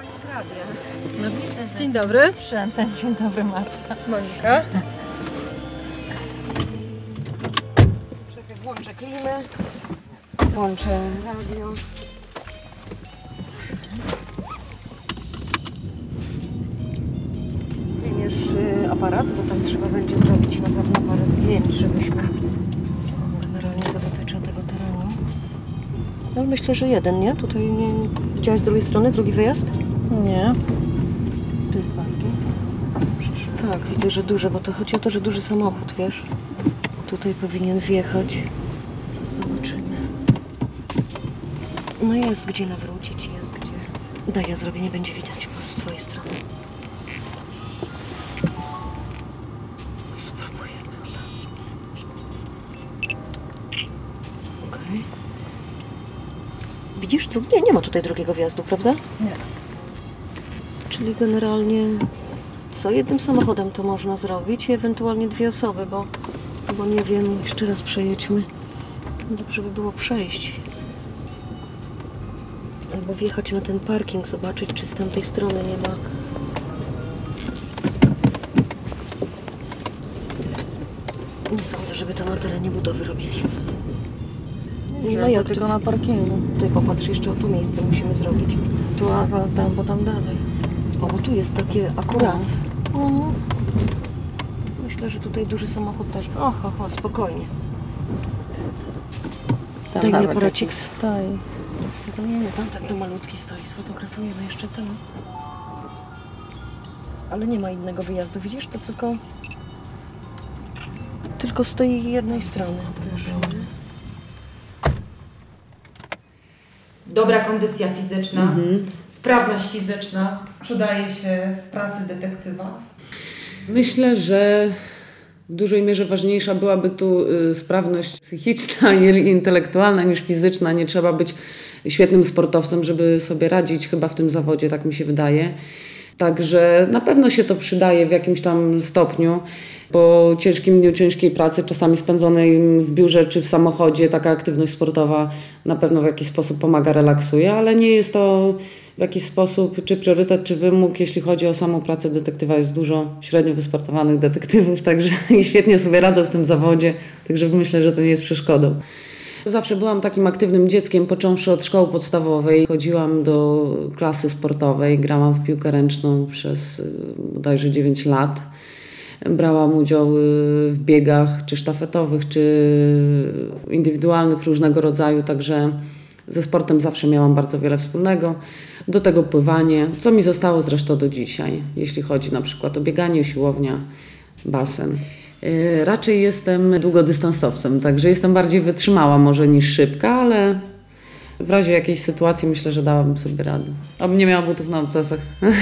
pani hrabia. No widzę, że Dzień dobry. sprzętem. Dzień dobry, Marta. Monika. Czekaj, włączę klimę. Włączę radio. Wymiesz aparat, bo tam trzeba będzie zrobić na pewno parę zdjęć, żebyśmy... Generalnie to dotyczy tego terenu. No myślę, że jeden, nie? Tutaj nie... Widziałeś z drugiej strony drugi wyjazd? Nie. To jest parking. Tak, widzę, że duże, bo to chodzi o to, że duży samochód, wiesz? Tutaj powinien wjechać. Zaraz zobaczymy. No jest gdzie nawrócić, jest gdzie. Daj, ja zrobię, nie będzie widać, bo z twojej strony. Spróbujemy. Okej. Widzisz drugi? Nie ma tutaj drugiego wjazdu, prawda? Nie. Czyli generalnie co jednym samochodem to można zrobić i ewentualnie dwie osoby, bo nie wiem, jeszcze raz przejedźmy. Dobrze by było przejść. Albo wjechać na ten parking, zobaczyć, czy z tamtej strony nie ma. Nie sądzę, żeby to na terenie budowy robili. No jak tylko na parkingu. Tutaj popatrz, jeszcze o to miejsce musimy zrobić. Tu, a tam, bo tam dalej. O, bo tu jest takie akurat. Mhm. Myślę, że tutaj duży samochód też. Och, spokojnie. Tam Daj mi nawet aparacik. jakiś stoi. Tam to malutki stoi. Sfotografujemy jeszcze ten. Ale nie ma innego wyjazdu, widzisz? To tylko z tej jednej strony też. Dobra kondycja fizyczna, sprawność fizyczna przydaje się w pracy detektywa. Myślę, że w dużej mierze ważniejsza byłaby tu sprawność psychiczna i intelektualna niż fizyczna. Nie trzeba być świetnym sportowcem, żeby sobie radzić chyba w tym zawodzie, tak mi się wydaje. Także na pewno się to przydaje w jakimś tam stopniu. Po ciężkim dniu, ciężkiej pracy, czasami spędzonej w biurze czy w samochodzie, taka aktywność sportowa na pewno w jakiś sposób pomaga, relaksuje, ale nie jest to w jakiś sposób czy priorytet, czy wymóg. Jeśli chodzi o samą pracę detektywa, jest dużo średnio wysportowanych detektywów, także i świetnie sobie radzą w tym zawodzie, także myślę, że to nie jest przeszkodą. Zawsze byłam takim aktywnym dzieckiem, począwszy od szkoły podstawowej. Chodziłam do klasy sportowej, grałam w piłkę ręczną przez bodajże 9 lat. Brałam udział w biegach, czy sztafetowych, czy indywidualnych różnego rodzaju, także ze sportem zawsze miałam bardzo wiele wspólnego. Do tego pływanie, co mi zostało zresztą do dzisiaj, jeśli chodzi na przykład o bieganie, siłownia, basen. Raczej jestem długodystansowcem, także jestem bardziej wytrzymała może niż szybka, ale w razie jakiejś sytuacji myślę, że dałabym sobie radę. Abym nie miała butów na obcasach.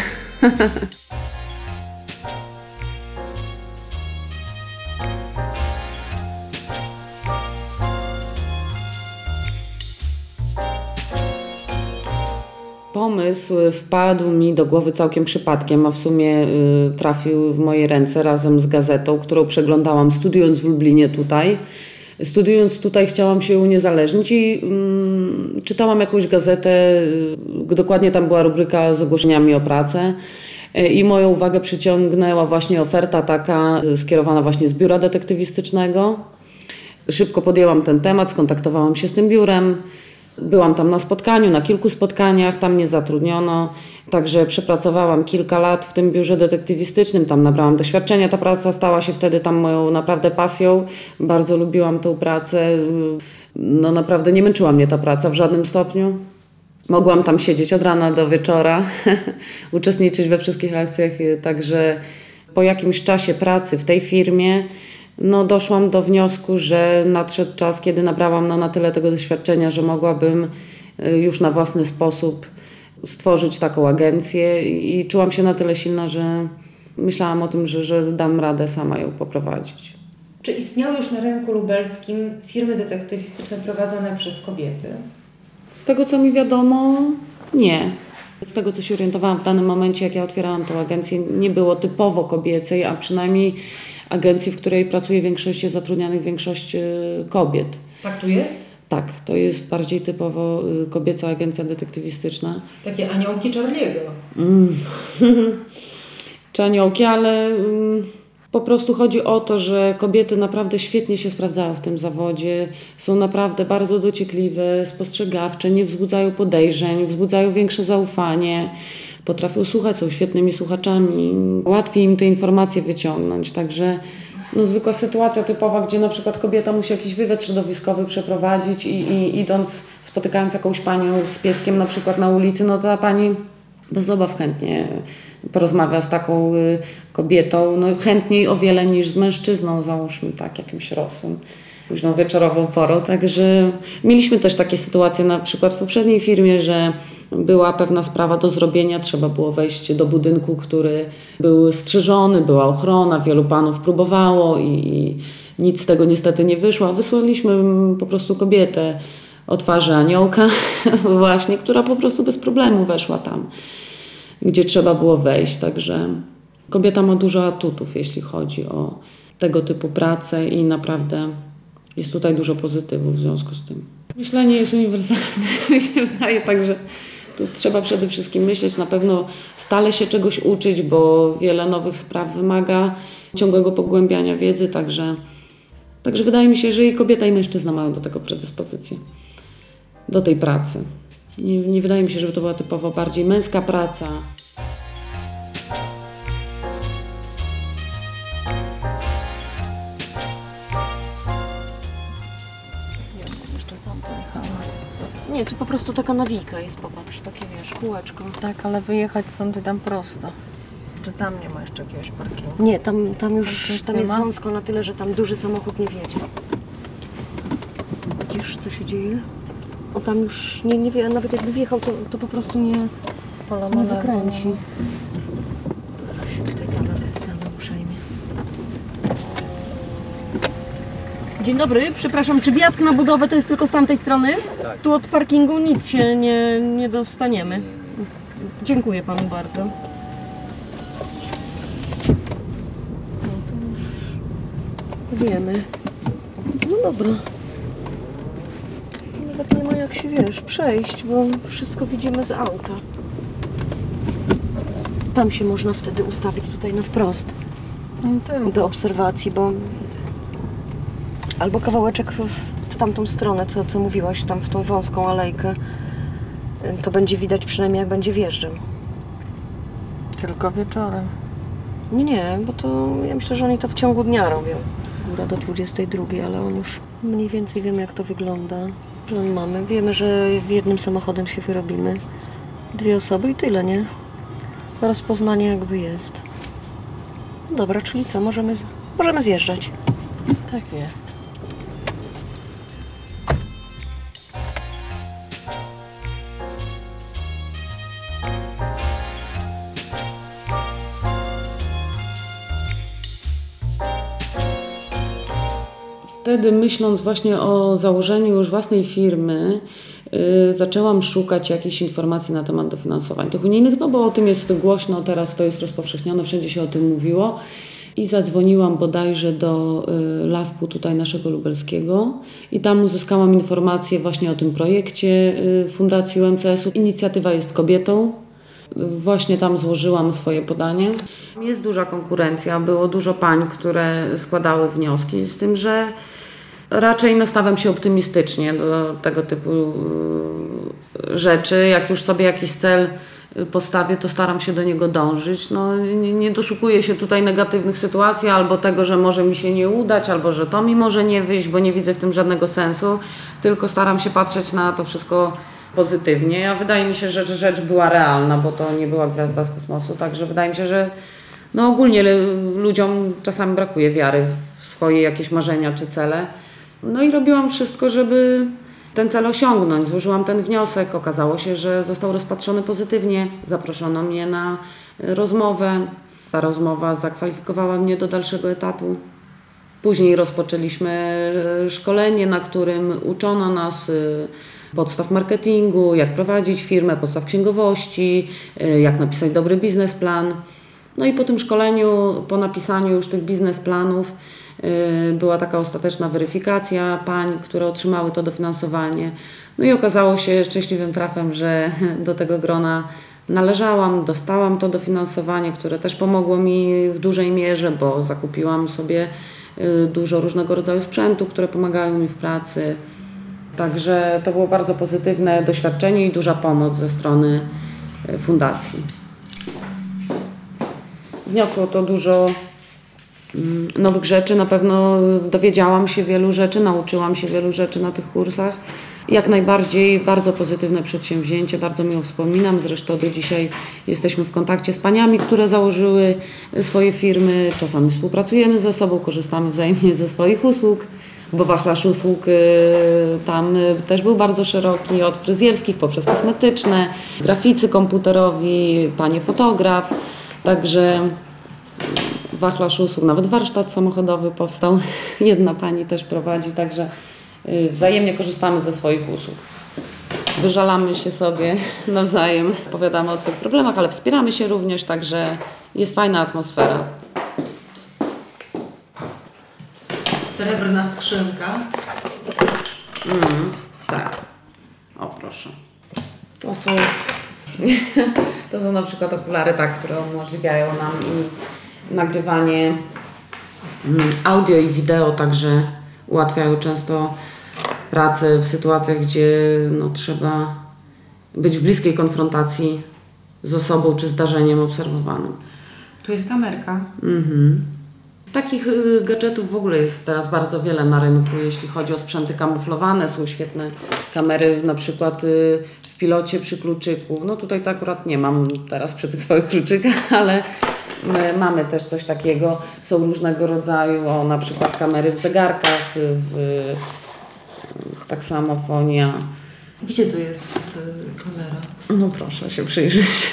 Pomysł wpadł mi do głowy całkiem przypadkiem, a w sumie trafił w moje ręce razem z gazetą, którą przeglądałam studiując w Lublinie tutaj. Studiując tutaj chciałam się uniezależnić i czytałam jakąś gazetę, dokładnie tam była rubryka z ogłoszeniami o pracę i moją uwagę przyciągnęła właśnie oferta taka skierowana właśnie z biura detektywistycznego. Szybko podjęłam ten temat, skontaktowałam się z tym biurem. Byłam tam na spotkaniu, na kilku spotkaniach, tam mnie zatrudniono, także przepracowałam kilka lat w tym biurze detektywistycznym, tam nabrałam doświadczenia, ta praca stała się wtedy tam moją naprawdę pasją, bardzo lubiłam tę pracę, no naprawdę nie męczyła mnie ta praca w żadnym stopniu. Mogłam tam siedzieć od rana do wieczora, uczestniczyć we wszystkich akcjach, także po jakimś czasie pracy w tej firmie doszłam do wniosku, że nadszedł czas, kiedy nabrałam na tyle tego doświadczenia, że mogłabym już na własny sposób stworzyć taką agencję i czułam się na tyle silna, że myślałam o tym, że dam radę sama ją poprowadzić. Czy istniały już na rynku lubelskim firmy detektywistyczne prowadzone przez kobiety? Z tego, co mi wiadomo, nie. Z tego, co się orientowałam w danym momencie, jak ja otwierałam tę agencję, nie było typowo kobiecej, a przynajmniej agencji, w której pracuje większość zatrudnianych, większość kobiet. Tak tu jest? Tak, to jest bardziej typowo kobieca agencja detektywistyczna. Takie aniołki Charlie'ego. Czy aniołki, ale po prostu chodzi o to, że kobiety naprawdę świetnie się sprawdzają w tym zawodzie, są naprawdę bardzo dociekliwe, spostrzegawcze, nie wzbudzają podejrzeń, wzbudzają większe zaufanie, potrafią słuchać, są świetnymi słuchaczami, łatwiej im te informacje wyciągnąć, także zwykła sytuacja typowa, gdzie na przykład kobieta musi jakiś wywiad środowiskowy przeprowadzić i idąc, spotykając jakąś panią z pieskiem na przykład na ulicy, no to ta pani bez obaw chętnie porozmawia z taką kobietą, no chętniej o wiele niż z mężczyzną, załóżmy tak, jakimś rosłym, późną wieczorową porą. Także mieliśmy też takie sytuacje na przykład w poprzedniej firmie, że była pewna sprawa do zrobienia, trzeba było wejść do budynku, który był strzeżony, była ochrona, wielu panów próbowało i nic z tego niestety nie wyszło. Wysłaliśmy po prostu kobietę o twarzy aniołka właśnie, która po prostu bez problemu weszła tam, gdzie trzeba było wejść. Także kobieta ma dużo atutów, jeśli chodzi o tego typu pracę i naprawdę jest tutaj dużo pozytywów w związku z tym. Myślenie jest uniwersalne, mi się wydaje, także tu trzeba przede wszystkim myśleć, na pewno stale się czegoś uczyć, bo wiele nowych spraw wymaga ciągłego pogłębiania wiedzy, także wydaje mi się, że i kobieta, i mężczyzna mają do tego predyspozycję, do tej pracy. Nie wydaje mi się, żeby to była typowo bardziej męska praca. Jeszcze tam pojechałam. Nie, tu po prostu taka nawijka jest, popatrz, takie wiesz, kółeczko. Tak, ale wyjechać stąd i tam prosto. Czy tam nie ma jeszcze jakiegoś parkingu? Nie, tam już Nic tam nie jest ma? wąsko na tyle, że tam duży samochód nie wjedzie. Widzisz, co się dzieje? O, tam już nie wie, nawet jakby wjechał, to po prostu nie wykręci. Zaraz się tutaj kamera uprzejmie. Dzień dobry, przepraszam, czy wjazd na budowę to jest tylko z tamtej strony? Tak. Tu od parkingu nic się nie dostaniemy. Dziękuję panu bardzo. No to już wiemy. No dobra. Nawet nie ma jak się, wiesz, przejść, bo wszystko widzimy z auta. Tam się można wtedy ustawić, tutaj na wprost, do obserwacji, bo albo kawałeczek w tamtą stronę, co mówiłaś, tam w tą wąską alejkę, to będzie widać przynajmniej jak będzie wjeżdżał. Tylko wieczorem. Nie, bo to ja myślę, że oni to w ciągu dnia robią. Góra do 22, ale on już mniej więcej wiemy jak to wygląda. Plan mamy. Wiemy, że jednym samochodem się wyrobimy. 2 osoby i tyle, nie? Rozpoznanie jakby jest. Dobra, czyli co? Możemy zjeżdżać. Tak jest. Wtedy, myśląc właśnie o założeniu już własnej firmy, zaczęłam szukać jakichś informacji na temat dofinansowań tych unijnych, no bo o tym jest głośno, teraz to jest rozpowszechnione, wszędzie się o tym mówiło. I zadzwoniłam bodajże do LAWP-u tutaj naszego lubelskiego i tam uzyskałam informację właśnie o tym projekcie Fundacji UMCS-u. Inicjatywa jest kobietą. Właśnie tam złożyłam swoje podanie. Jest duża konkurencja, było dużo pań, które składały wnioski, z tym, że raczej nastawiam się optymistycznie do tego typu rzeczy. Jak już sobie jakiś cel postawię, to staram się do niego dążyć. No, nie doszukuję się tutaj negatywnych sytuacji, albo tego, że może mi się nie udać, albo że to mi może nie wyjść, bo nie widzę w tym żadnego sensu, tylko staram się patrzeć na to wszystko pozytywnie. A wydaje mi się, że rzecz była realna, bo to nie była gwiazda z kosmosu, także wydaje mi się, że no ogólnie ludziom czasami brakuje wiary w swoje jakieś marzenia czy cele. No i robiłam wszystko, żeby ten cel osiągnąć. Złożyłam ten wniosek, okazało się, że został rozpatrzony pozytywnie. Zaproszono mnie na rozmowę. Ta rozmowa zakwalifikowała mnie do dalszego etapu. Później rozpoczęliśmy szkolenie, na którym uczono nas podstaw marketingu, jak prowadzić firmę, podstaw księgowości, jak napisać dobry biznesplan. No i po tym szkoleniu, po napisaniu już tych biznesplanów, była taka ostateczna weryfikacja pań, które otrzymały to dofinansowanie. No i okazało się szczęśliwym trafem, że do tego grona należałam, dostałam to dofinansowanie, które też pomogło mi w dużej mierze, bo zakupiłam sobie dużo różnego rodzaju sprzętu, które pomagają mi w pracy. Także to było bardzo pozytywne doświadczenie i duża pomoc ze strony fundacji. Wniosło to dużo nowych rzeczy, na pewno dowiedziałam się wielu rzeczy, nauczyłam się wielu rzeczy na tych kursach. Jak najbardziej bardzo pozytywne przedsięwzięcie, bardzo miło wspominam. Zresztą do dzisiaj jesteśmy w kontakcie z paniami, które założyły swoje firmy. Czasami współpracujemy ze sobą, korzystamy wzajemnie ze swoich usług, bo wachlarz usług tam też był bardzo szeroki, od fryzjerskich poprzez kosmetyczne, graficy komputerowi, panie fotograf. Także wachlarz usług, nawet warsztat samochodowy powstał. Jedna pani też prowadzi, także wzajemnie korzystamy ze swoich usług. Wyżalamy się sobie nawzajem, opowiadamy o swoich problemach, ale wspieramy się również, także jest fajna atmosfera. Srebrna skrzynka. Tak. O proszę. To są na przykład okulary, tak, które umożliwiają nam i nagrywanie audio i wideo, także ułatwiają często pracę w sytuacjach, gdzie trzeba być w bliskiej konfrontacji z osobą czy zdarzeniem obserwowanym. Tu jest kamerka. Takich gadżetów w ogóle jest teraz bardzo wiele na rynku, jeśli chodzi o sprzęty kamuflowane. Są świetne kamery, na przykład w pilocie przy kluczyku. No tutaj to akurat nie mam teraz przy tych swoich kluczykach, ale mamy też coś takiego. Są różnego rodzaju, na przykład kamery w zegarkach, tak samo fonia. Gdzie tu jest kamera? No proszę się przyjrzeć.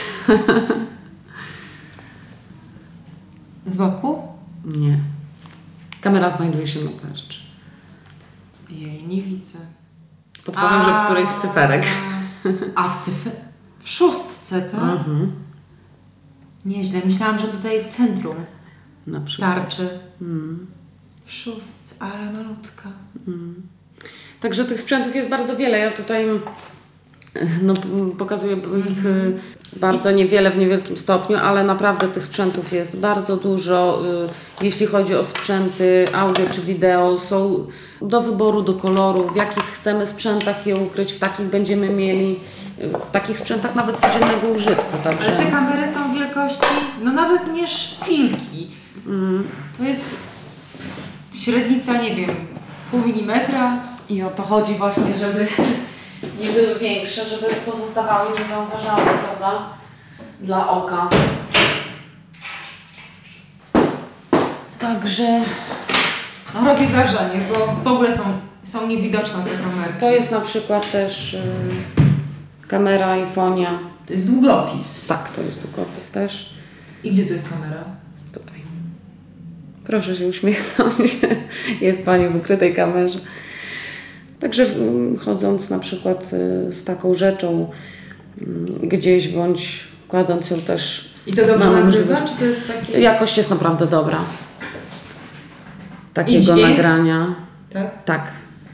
Z boku? Nie. Kamera znajduje się na tarczy. Jej, nie widzę. Podpowiem, że w którejś z cyferek. A w szóstce, tak? Nieźle. Myślałam, że tutaj w centrum Na przykład. tarczy. W szóstce, ale malutka. Także tych sprzętów jest bardzo wiele. Ja tutaj pokazuję ich bardzo niewiele w niewielkim stopniu, ale naprawdę tych sprzętów jest bardzo dużo. Jeśli chodzi o sprzęty audio czy wideo, są do wyboru, do koloru, w jakich chcemy sprzętach je ukryć, w takich będziemy mieli, w takich sprzętach nawet codziennego użytku. Także... Ale te kamery są wielkości, nawet nie szpilki. To jest średnica, nie wiem, pół milimetra. I o to chodzi właśnie, żeby nie były większe, żeby pozostawały niezauważalne, prawda? Dla oka. Także... robi wrażenie, bo w ogóle są niewidoczne te kamery. To jest na przykład też kamera iPhone'a. To jest długopis. Tak, to jest długopis też. I gdzie tu jest kamera? Tutaj. Proszę się uśmiechnąć. Jest pani w ukrytej kamerze. Także chodząc na przykład z taką rzeczą gdzieś, bądź kładąc ją też... I to dobrze nagrywa, czy to jest takie... Jakość jest naprawdę dobra. Takiego nagrania. Tak? Tak.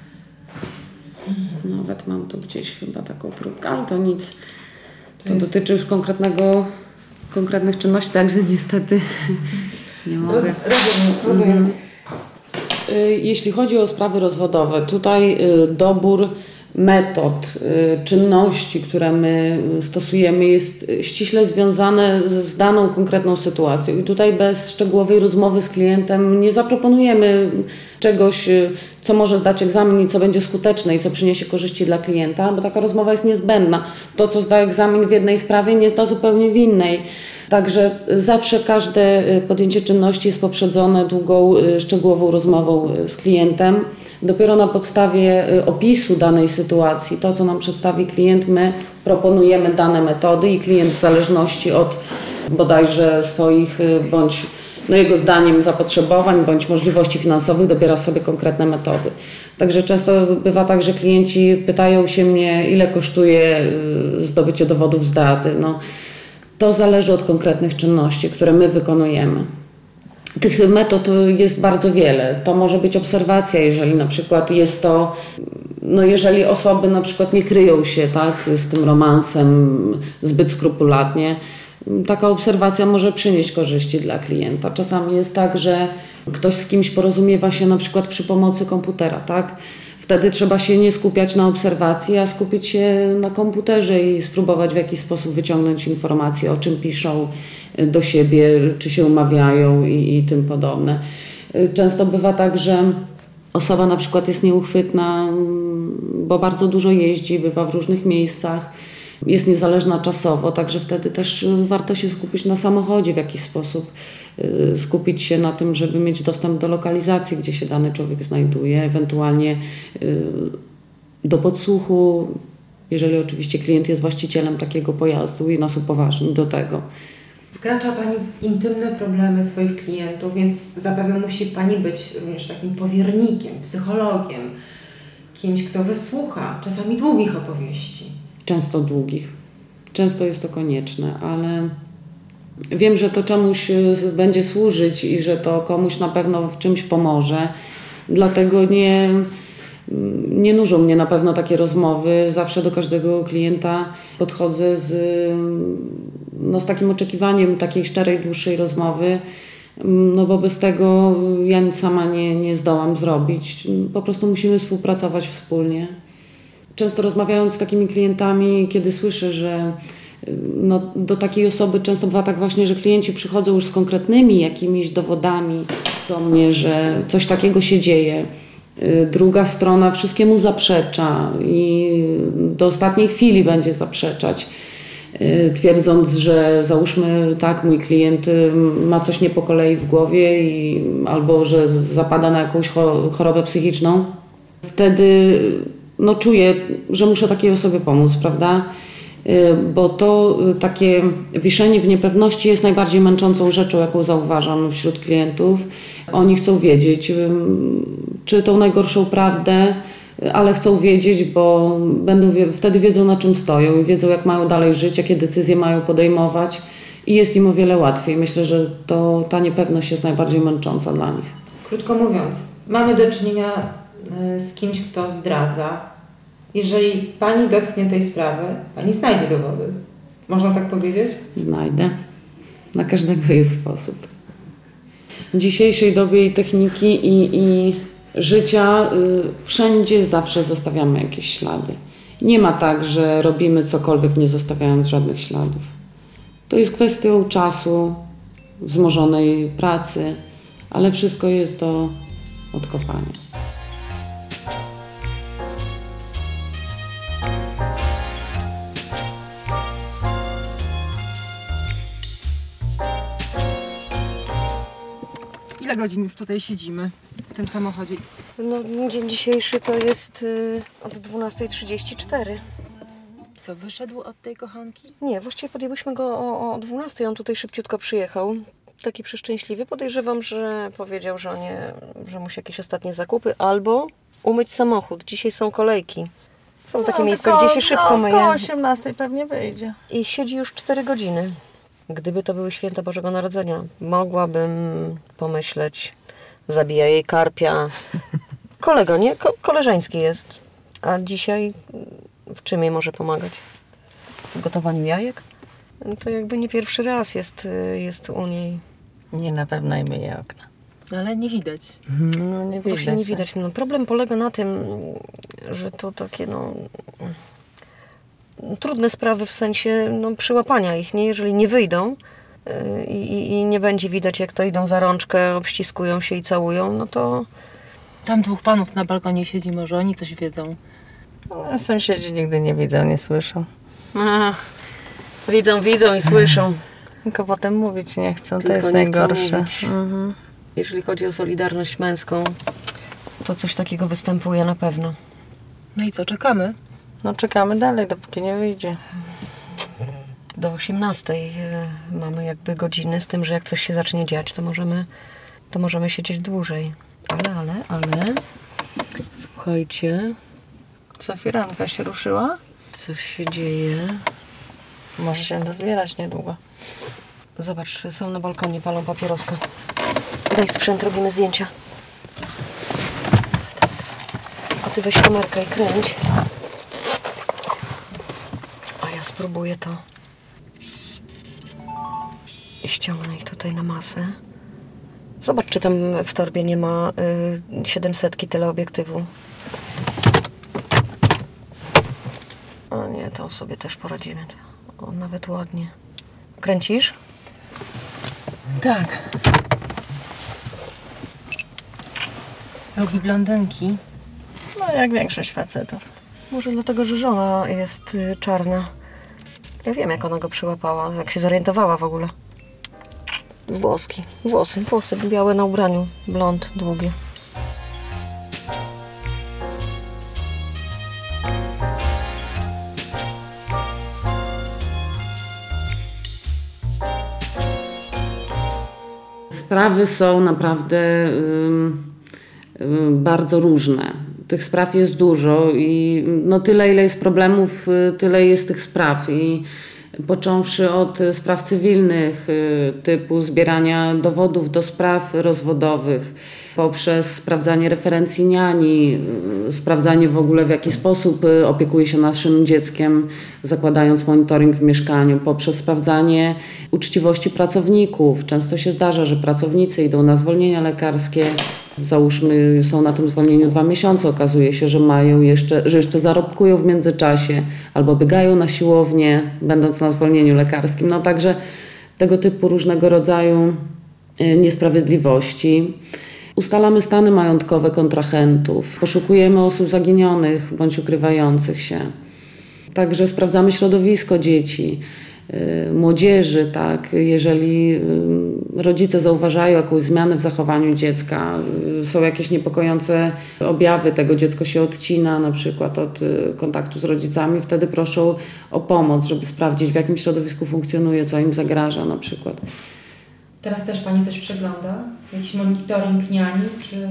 Nawet mam tu gdzieś chyba taką próbkę, ale to nic. To dotyczy już konkretnych czynności, także niestety nie mogę. Rozumiem. Jeśli chodzi o sprawy rozwodowe, tutaj dobór metod, czynności, które my stosujemy, jest ściśle związane z daną konkretną sytuacją. I tutaj bez szczegółowej rozmowy z klientem nie zaproponujemy czegoś, co może zdać egzamin i co będzie skuteczne i co przyniesie korzyści dla klienta, bo taka rozmowa jest niezbędna. To, co zda egzamin w jednej sprawie, nie zda zupełnie w innej. Także zawsze każde podjęcie czynności jest poprzedzone długą, szczegółową rozmową z klientem. Dopiero na podstawie opisu danej sytuacji, to co nam przedstawi klient, my proponujemy dane metody i klient w zależności od bodajże swoich bądź jego zdaniem zapotrzebowań bądź możliwości finansowych dobiera sobie konkretne metody. Także często bywa tak, że klienci pytają się mnie, ile kosztuje zdobycie dowodów z daty. To zależy od konkretnych czynności, które my wykonujemy. Tych metod jest bardzo wiele. To może być obserwacja, jeżeli na przykład jest to, no jeżeli osoby na przykład nie kryją się tak, z tym romansem zbyt skrupulatnie, taka obserwacja może przynieść korzyści dla klienta. Czasami jest tak, że ktoś z kimś porozumiewa się na przykład przy pomocy komputera, tak? Wtedy trzeba się nie skupiać na obserwacji, a skupić się na komputerze i spróbować w jakiś sposób wyciągnąć informacje, o czym piszą do siebie, czy się umawiają i tym podobne. Często bywa tak, że osoba na przykład jest nieuchwytna, bo bardzo dużo jeździ, bywa w różnych miejscach, jest niezależna czasowo, także wtedy też warto się skupić na samochodzie w jakiś sposób, skupić się na tym, żeby mieć dostęp do lokalizacji, gdzie się dany człowiek znajduje, ewentualnie do podsłuchu, jeżeli oczywiście klient jest właścicielem takiego pojazdu i nas upoważni do tego. Wkracza Pani w intymne problemy swoich klientów, więc zapewne musi Pani być również takim powiernikiem, psychologiem, kimś, kto wysłucha czasami długich opowieści. Często długich. Często jest to konieczne, ale wiem, że to czemuś będzie służyć i że to komuś na pewno w czymś pomoże. Dlatego nie nużą mnie na pewno takie rozmowy. Zawsze do każdego klienta podchodzę z takim oczekiwaniem takiej szczerej, dłuższej rozmowy, no bo bez tego ja nic sama nie zdołam zrobić. Po prostu musimy współpracować wspólnie. Często rozmawiając z takimi klientami, kiedy słyszę, że do takiej osoby często bywa tak właśnie, że klienci przychodzą już z konkretnymi jakimiś dowodami do mnie, że coś takiego się dzieje. Druga strona wszystkiemu zaprzecza i do ostatniej chwili będzie zaprzeczać, twierdząc, że załóżmy tak, mój klient ma coś nie po kolei w głowie albo że zapada na jakąś chorobę psychiczną. Wtedy czuję, że muszę takiej osobie pomóc, prawda? Bo to takie wiszenie w niepewności jest najbardziej męczącą rzeczą, jaką zauważam wśród klientów. Oni chcą wiedzieć, czy tą najgorszą prawdę, ale chcą wiedzieć, bo wtedy wiedzą, na czym stoją i wiedzą, jak mają dalej żyć, jakie decyzje mają podejmować i jest im o wiele łatwiej. Myślę, że ta niepewność jest najbardziej męcząca dla nich. Krótko mówiąc, mamy do czynienia z kimś, kto zdradza. Jeżeli Pani dotknie tej sprawy, Pani znajdzie dowody. Można tak powiedzieć? Znajdę. Na każdego jest sposób. W dzisiejszej dobie i techniki i życia wszędzie zawsze zostawiamy jakieś ślady. Nie ma tak, że robimy cokolwiek nie zostawiając żadnych śladów. To jest kwestią czasu, wzmożonej pracy, ale wszystko jest do odkopania. Ile godzin już tutaj siedzimy w tym samochodzie? Dzień dzisiejszy to jest od 12:34. Co, wyszedł od tej kochanki? Nie, właściwie podjęłyśmy go o 12:00. On tutaj szybciutko przyjechał. Taki przeszczęśliwy. Podejrzewam, że powiedział żonie, że musi jakieś ostatnie zakupy albo umyć samochód. Dzisiaj są kolejki. Są takie miejsca, gdzie się szybko myje. O 18:00 pewnie wyjdzie. I siedzi już 4 godziny. Gdyby to były święta Bożego Narodzenia, mogłabym pomyśleć, zabija jej karpia. Kolega, nie? Koleżeński jest. A dzisiaj w czym jej może pomagać? W gotowaniu jajek? To jakby nie pierwszy raz jest u niej. Nie, na pewno i myje okna. Ale nie widać. No nie widać. Właśnie nie widać. Problem polega na tym, że to takie trudne sprawy w sensie przyłapania ich, nie? Jeżeli nie wyjdą i nie będzie widać, jak to idą za rączkę, obściskują się i całują, no to... Tam 2 panów na balkonie siedzi, może oni coś wiedzą. No, sąsiedzi nigdy nie widzą, nie słyszą. Widzą i słyszą. Tylko potem mówić nie chcą, to Tylko jest nie chcą najgorsze. mówić. Mhm. Jeżeli chodzi o solidarność męską, to coś takiego występuje na pewno. No i co, czekamy? No czekamy dalej, dopóki nie wyjdzie. Do 18:00 mamy jakby godziny, z tym, że jak coś się zacznie dziać, to możemy siedzieć dłużej. Ale... Słuchajcie, Co, firanka się ruszyła? coś się dzieje. Może się dozbierać niedługo. Zobacz, są na balkonie, palą papieroska. Daj sprzęt, robimy zdjęcia. A ty weź kamerkę i kręć. A ja spróbuję to. I ściągnę ich tutaj na masę. Zobacz, czy tam w torbie nie ma 700 teleobiektywu. O nie, to sobie też poradzimy. O, nawet ładnie. Kręcisz? Tak. Lubi blondynki. No jak większość facetów. Może dlatego, że żona jest czarna. Ja wiem, jak ona go przyłapała, jak się zorientowała w ogóle. Włosy białe na ubraniu, blond, długie. Sprawy są naprawdę bardzo różne. Tych spraw jest dużo i no tyle, ile jest problemów, tyle jest tych spraw. I począwszy od spraw cywilnych, typu zbierania dowodów do spraw rozwodowych, poprzez sprawdzanie referencji niani, sprawdzanie w ogóle, w jaki sposób opiekuje się naszym dzieckiem, zakładając monitoring w mieszkaniu, poprzez sprawdzanie uczciwości pracowników. Często się zdarza, że pracownicy idą na zwolnienia lekarskie, załóżmy, są na tym zwolnieniu 2 miesiące, okazuje się, że że jeszcze zarobkują w międzyczasie albo biegają na siłownię, będąc na zwolnieniu lekarskim. No także tego typu różnego rodzaju niesprawiedliwości. Ustalamy stany majątkowe kontrahentów, poszukujemy osób zaginionych bądź ukrywających się. Także sprawdzamy środowisko dzieci, młodzieży, tak. Jeżeli rodzice zauważają jakąś zmianę w zachowaniu dziecka, są jakieś niepokojące objawy, tego dziecko się odcina na przykład od kontaktu z rodzicami, wtedy proszą o pomoc, żeby sprawdzić, w jakim środowisku funkcjonuje, co im zagraża na przykład. Teraz też Pani coś przegląda? Jakiś monitoring niani, czy...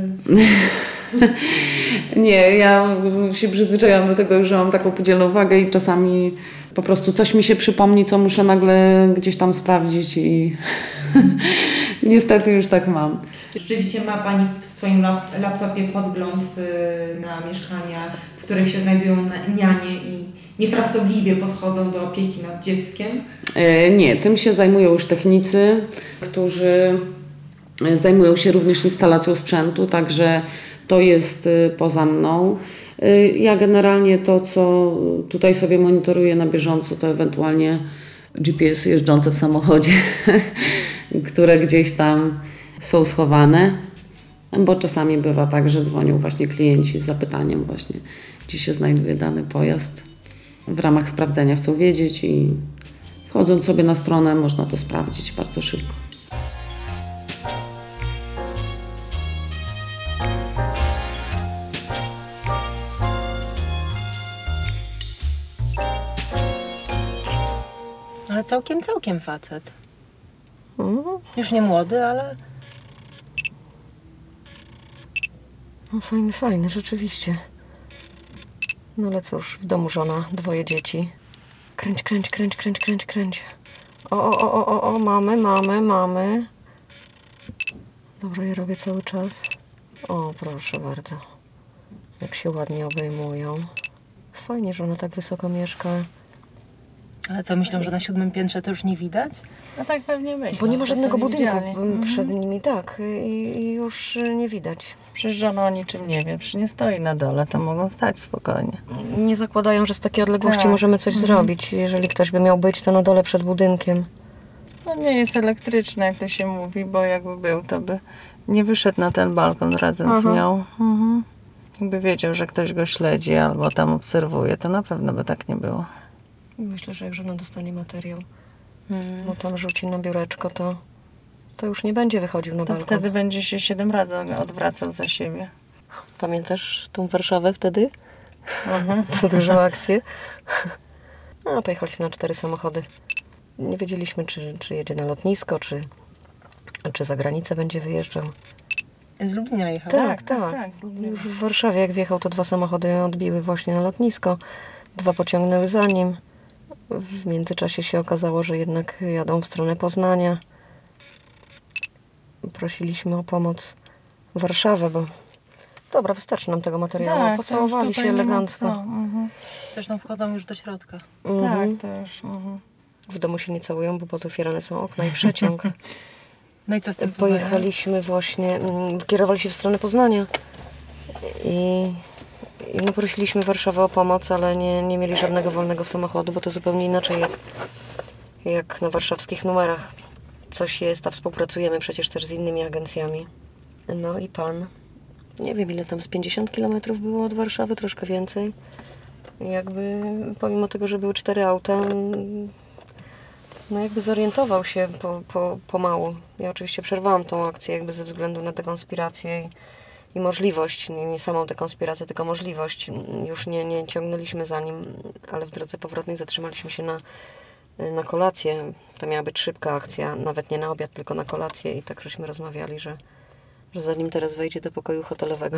Nie, ja się przyzwyczaiłam do tego, że mam taką podzielną wagę i czasami po prostu coś mi się przypomni, co muszę nagle gdzieś tam sprawdzić i niestety już tak mam. Rzeczywiście ma Pani w swoim laptopie podgląd na mieszkania, w których się znajdują nianie i niefrasobliwie podchodzą do opieki nad dzieckiem? Nie, tym się zajmują już technicy, którzy zajmują się również instalacją sprzętu, także to jest poza mną. Ja generalnie to, co tutaj sobie monitoruję na bieżąco, to ewentualnie GPS-y jeżdżące w samochodzie, które gdzieś tam są schowane, bo czasami bywa tak, że dzwonią właśnie klienci z zapytaniem właśnie, gdzie się znajduje dany pojazd. W ramach sprawdzenia chcą wiedzieć i wchodząc sobie na stronę można to sprawdzić bardzo szybko. Ale całkiem facet. Już nie młody, ale... No fajny, rzeczywiście. No ale cóż, w domu żona, 2 dzieci. Kręć. O, mamy. Dobra, ja robię cały czas. O, proszę bardzo. Jak się ładnie obejmują. Fajnie, że ona tak wysoko mieszka. Ale co, myślą, że na 7. piętrze to już nie widać? No tak pewnie myślę. Bo nie ma żadnego to są budynku niewidzialni. przed nimi, tak. I już nie widać. Przecież żona o niczym nie wie, przecież nie stoi na dole, to mogą stać spokojnie. Nie zakładają, że z takiej odległości Tak. możemy coś zrobić. Jeżeli ktoś by miał być, to na dole przed budynkiem. No nie jest elektryczny, jak to się mówi, bo jakby był, to by nie wyszedł na ten balkon razem z nią. Jakby wiedział, że ktoś go śledzi albo tam obserwuje, to na pewno by tak nie było. Myślę, że jak żona dostanie materiał, no tam rzuci na biureczko, to już nie będzie wychodził na To balkon. wtedy będzie się 7 razy odwracał za siebie. Pamiętasz tą Warszawę wtedy? Tę dużą akcję? No, pojechaliśmy na 4 samochody. Nie wiedzieliśmy, czy jedzie na lotnisko, czy za granicę będzie wyjeżdżał. Z Lublina jechał? Tak. z Lublina. Już w Warszawie, jak wjechał, to 2 samochody odbiły właśnie na lotnisko. 2 pociągnęły za nim. W międzyczasie się okazało, że jednak jadą w stronę Poznania. prosiliśmy o pomoc Warszawę, bo dobra, wystarczy nam tego materiału. Tak, Pocałowali to już się tutaj nie ma elegancko. co. Zresztą wchodzą już do środka. Tak, to już. W domu się nie całują, bo otwierane są okna i przeciąg. No i co z tym Poznaniem? Pojechaliśmy właśnie, kierowali się w stronę Poznania i no prosiliśmy Warszawę o pomoc, ale nie mieli żadnego wolnego samochodu, bo to zupełnie inaczej jak na warszawskich numerach. Coś jest, a współpracujemy przecież też z innymi agencjami. No i pan, nie wiem ile tam, z 50 kilometrów było od Warszawy, troszkę więcej. Jakby pomimo tego, że były 4 auta, no jakby zorientował się pomału. Ja oczywiście przerwałam tą akcję jakby ze względu na tę konspirację i możliwość, nie samą tę konspirację, tylko możliwość. Już nie ciągnęliśmy za nim, ale w drodze powrotnej zatrzymaliśmy się na kolację. To miała być szybka akcja, nawet nie na obiad, tylko na kolację i tak żeśmy rozmawiali, że zanim teraz wejdzie do pokoju hotelowego,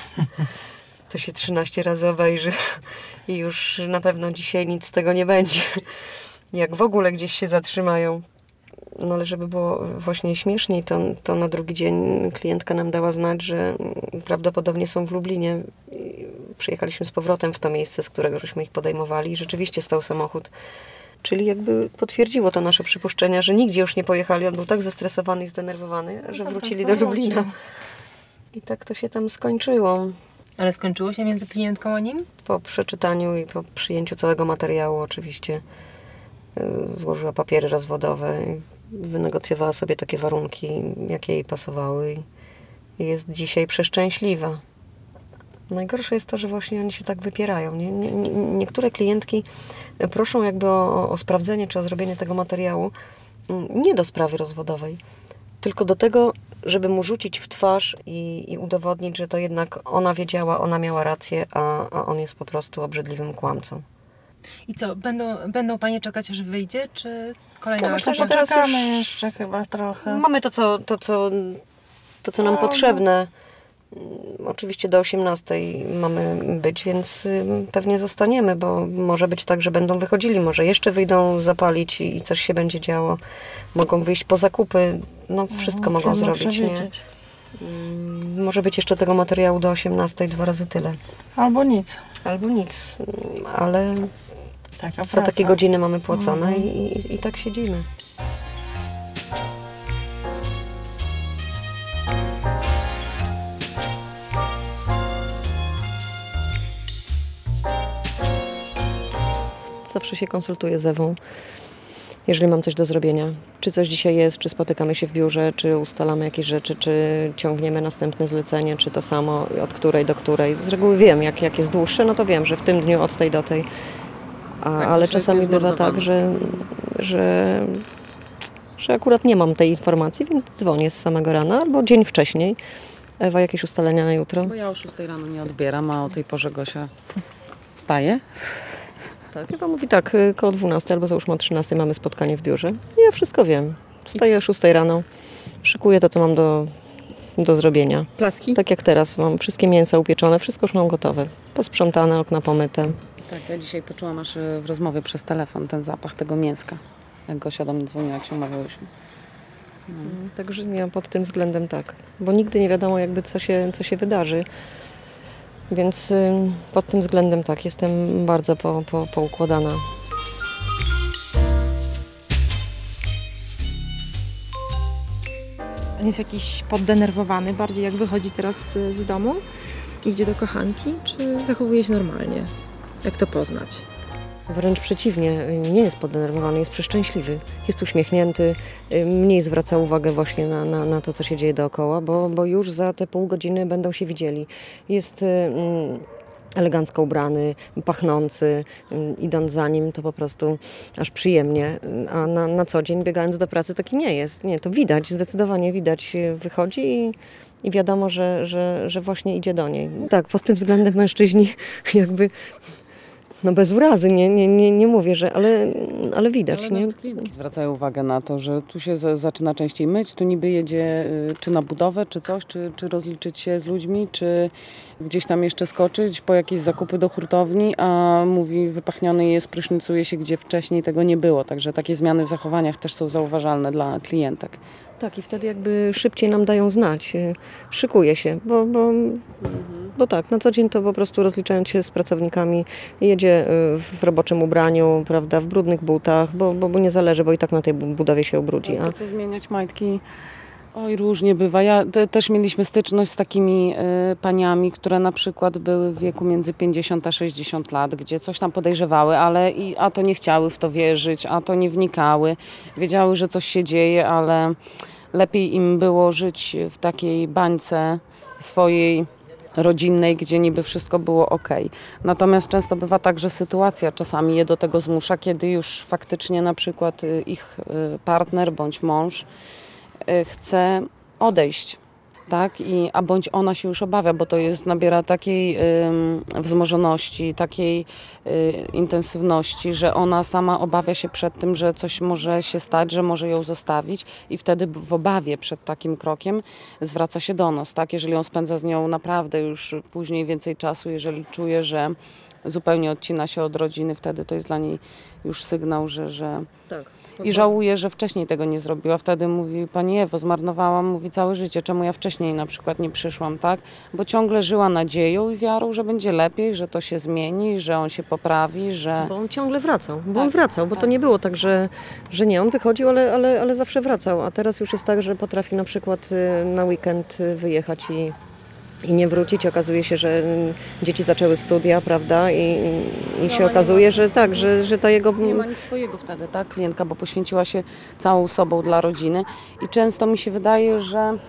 to się 13 razy obejrzy i już na pewno dzisiaj nic z tego nie będzie. Jak w ogóle gdzieś się zatrzymają. No ale żeby było właśnie śmieszniej, to na drugi dzień klientka nam dała znać, że prawdopodobnie są w Lublinie. Przyjechaliśmy z powrotem w to miejsce, z którego żeśmy ich podejmowali i rzeczywiście stał samochód. Czyli jakby potwierdziło to nasze przypuszczenia, że nigdzie już nie pojechali. On był tak zestresowany i zdenerwowany, że wrócili do Lublina. I tak to się tam skończyło. Ale skończyło się między klientką a nim? Po przeczytaniu i po przyjęciu całego materiału oczywiście złożyła papiery rozwodowe, wynegocjowała sobie takie warunki, jakie jej pasowały i jest dzisiaj przeszczęśliwa. Najgorsze jest to, że właśnie oni się tak wypierają. Niektóre klientki proszą jakby o sprawdzenie czy o zrobienie tego materiału nie do sprawy rozwodowej, tylko do tego, żeby mu rzucić w twarz i udowodnić, że to jednak ona wiedziała, ona miała rację, a on jest po prostu obrzydliwym kłamcą. I co, będą panie czekać, aż wyjdzie, czy kolejna Ja myślę, akcja? że teraz Poczekamy już jeszcze chyba trochę. mamy to, co nam potrzebne. Oczywiście do 18 mamy być, więc pewnie zostaniemy, bo może być tak, że będą wychodzili, może jeszcze wyjdą zapalić i coś się będzie działo. Mogą wyjść po zakupy, no wszystko mogą Trudno zrobić, nie? przewidzieć. Może być jeszcze tego materiału do 18 2 razy tyle. Albo nic. Albo nic, ale Taka za praca. takie godziny mamy płacone i tak siedzimy. Zawsze się konsultuję z Ewą, jeżeli mam coś do zrobienia. Czy coś dzisiaj jest, czy spotykamy się w biurze, czy ustalamy jakieś rzeczy, czy ciągniemy następne zlecenie, czy to samo, od której do której. Z reguły wiem, jak jest dłuższe, no to wiem, że w tym dniu od tej do tej. Ale czasami bywa tak, że akurat nie mam tej informacji, więc dzwonię z samego rana albo dzień wcześniej. Ewa, jakieś ustalenia na jutro? Bo ja o 6 rano nie odbieram, a o tej porze Gosia wstaje. Tak, chyba mówi tak, koło 12 albo załóżmy o 13 mamy spotkanie w biurze. Ja wszystko wiem. Wstaję o 6 rano, szykuję to, co mam do zrobienia. Placki? Tak jak teraz, mam wszystkie mięsa upieczone, wszystko już mam gotowe. Posprzątane, okna pomyte. Tak, ja dzisiaj poczułam aż w rozmowie przez telefon ten zapach tego mięska. Jak Gosia do mnie dzwoniła, jak się umawiałyśmy. Także ja pod tym względem tak. Bo nigdy nie wiadomo jakby co się wydarzy. Więc pod tym względem tak, jestem bardzo poukładana. On jest jakiś poddenerwowany, bardziej jak wychodzi teraz z domu, idzie do kochanki, czy zachowuje się normalnie? Jak to poznać? Wręcz przeciwnie, nie jest poddenerwowany, jest przeszczęśliwy. Jest uśmiechnięty, mniej zwraca uwagę właśnie na to, co się dzieje dookoła, bo już za te pół godziny będą się widzieli. Jest elegancko ubrany, pachnący, idąc za nim to po prostu aż przyjemnie, a na co dzień biegając do pracy taki nie jest. Nie, to widać, zdecydowanie widać, wychodzi i wiadomo, że właśnie idzie do niej. Tak, pod tym względem mężczyźni jakby No bez urazy, nie mówię, że, ale widać, Ale nie? nawet klientki zwracają uwagę na to, że tu się zaczyna częściej myć, tu niby jedzie czy na budowę, czy coś, czy rozliczyć się z ludźmi, czy gdzieś tam jeszcze skoczyć po jakieś zakupy do hurtowni, a mówi, wypachniony jest, prysznicuje się, gdzie wcześniej tego nie było. Także takie zmiany w zachowaniach też są zauważalne dla klientek. Tak, i wtedy jakby szybciej nam dają znać, szykuje się, bo tak, na co dzień to po prostu rozliczając się z pracownikami jedzie w roboczym ubraniu, prawda, w brudnych butach, bo nie zależy, bo i tak na tej budowie się ubrudzi. Po co zmieniać majtki? Oj, różnie bywa. Też mieliśmy styczność z takimi paniami, które na przykład były w wieku między 50 a 60 lat, gdzie coś tam podejrzewały, ale a to nie chciały w to wierzyć, a to nie wnikały. Wiedziały, że coś się dzieje, ale lepiej im było żyć w takiej bańce swojej rodzinnej, gdzie niby wszystko było okej. Natomiast często bywa tak, że sytuacja czasami je do tego zmusza, kiedy już faktycznie na przykład ich partner bądź mąż chce odejść, tak? A bądź ona się już obawia, bo to nabiera takiej wzmożoności, takiej intensywności, że ona sama obawia się przed tym, że coś może się stać, że może ją zostawić i wtedy w obawie przed takim krokiem zwraca się do nas, tak? Jeżeli on spędza z nią naprawdę już później więcej czasu, jeżeli czuje, że zupełnie odcina się od rodziny, wtedy to jest dla niej już sygnał, że Tak. i żałuje, że wcześniej tego nie zrobiła. Wtedy mówi, pani Ewo, zmarnowałam, mówi, całe życie, czemu ja wcześniej na przykład nie przyszłam, tak? Bo ciągle żyła nadzieją i wiarą, że będzie lepiej, że to się zmieni, że on się poprawi, że... Bo on ciągle wracał, on wracał, bo to nie było tak, że nie, on wychodził, ale zawsze wracał, a teraz już jest tak, że potrafi na przykład na weekend wyjechać i nie wrócić. Okazuje się, że dzieci zaczęły studia, prawda, i się okazuje, że tak, że ta jego... Nie ma nic swojego wtedy, tak, klientka, bo poświęciła się całą sobą dla rodziny i często mi się wydaje, że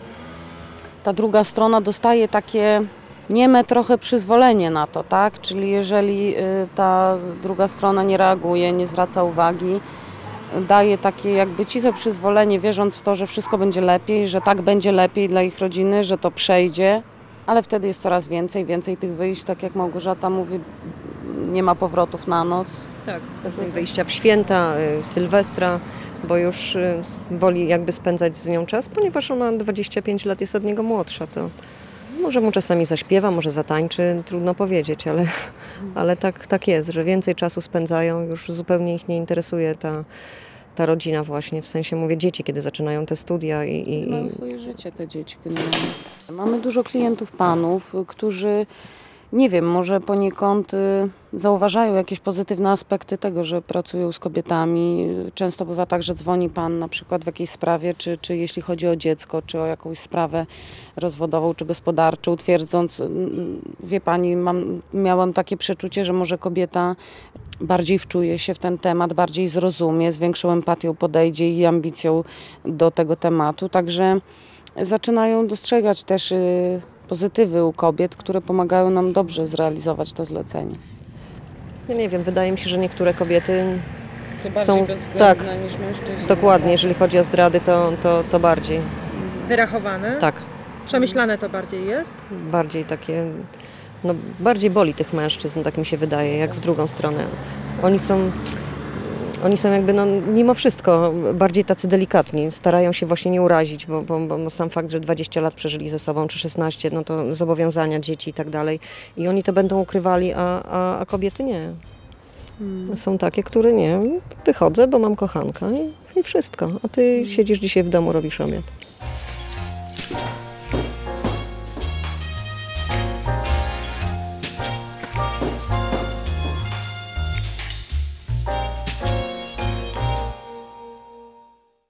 ta druga strona dostaje takie nieme trochę przyzwolenie na to, tak, czyli jeżeli ta druga strona nie reaguje, nie zwraca uwagi, daje takie jakby ciche przyzwolenie, wierząc w to, że wszystko będzie lepiej, że tak będzie lepiej dla ich rodziny, że to przejdzie, ale wtedy jest coraz więcej tych wyjść, tak jak Małgorzata mówi, nie ma powrotów na noc. Tak, wyjścia w święta, w Sylwestra, bo już woli jakby spędzać z nią czas, ponieważ ona 25 lat jest od niego młodsza, to może mu czasami zaśpiewa, może zatańczy, trudno powiedzieć, ale tak jest, że więcej czasu spędzają, już zupełnie ich nie interesuje ta rodzina właśnie, w sensie mówię dzieci, kiedy zaczynają te studia i mają swoje życie te dzieci generalnie. Mamy dużo klientów panów, którzy nie wiem, może poniekąd zauważają jakieś pozytywne aspekty tego, że pracują z kobietami. Często bywa tak, że dzwoni pan na przykład w jakiejś sprawie, czy jeśli chodzi o dziecko, czy o jakąś sprawę rozwodową, czy gospodarczą, twierdząc, wie pani, miałam takie przeczucie, że może kobieta bardziej wczuje się w ten temat, bardziej zrozumie, z większą empatią podejdzie i ambicją do tego tematu. Także zaczynają dostrzegać też pozytywy u kobiet, które pomagają nam dobrze zrealizować to zlecenie. Ja nie wiem, wydaje mi się, że niektóre kobiety są tak, niż mężczyźni. Dokładnie, jeżeli chodzi o zdrady, to bardziej. Wyrachowane? Tak. Przemyślane to bardziej jest? Bardziej takie, no bardziej boli tych mężczyzn, tak mi się wydaje, jak w drugą stronę. Oni są jakby, no, mimo wszystko bardziej tacy delikatni, starają się właśnie nie urazić, bo sam fakt, że 20 lat przeżyli ze sobą, czy 16, no to zobowiązania, dzieci i tak dalej. I oni to będą ukrywali, a kobiety nie. Są takie, które nie, wychodzę, bo mam kochanka i wszystko, a ty siedzisz dzisiaj w domu, robisz obiad.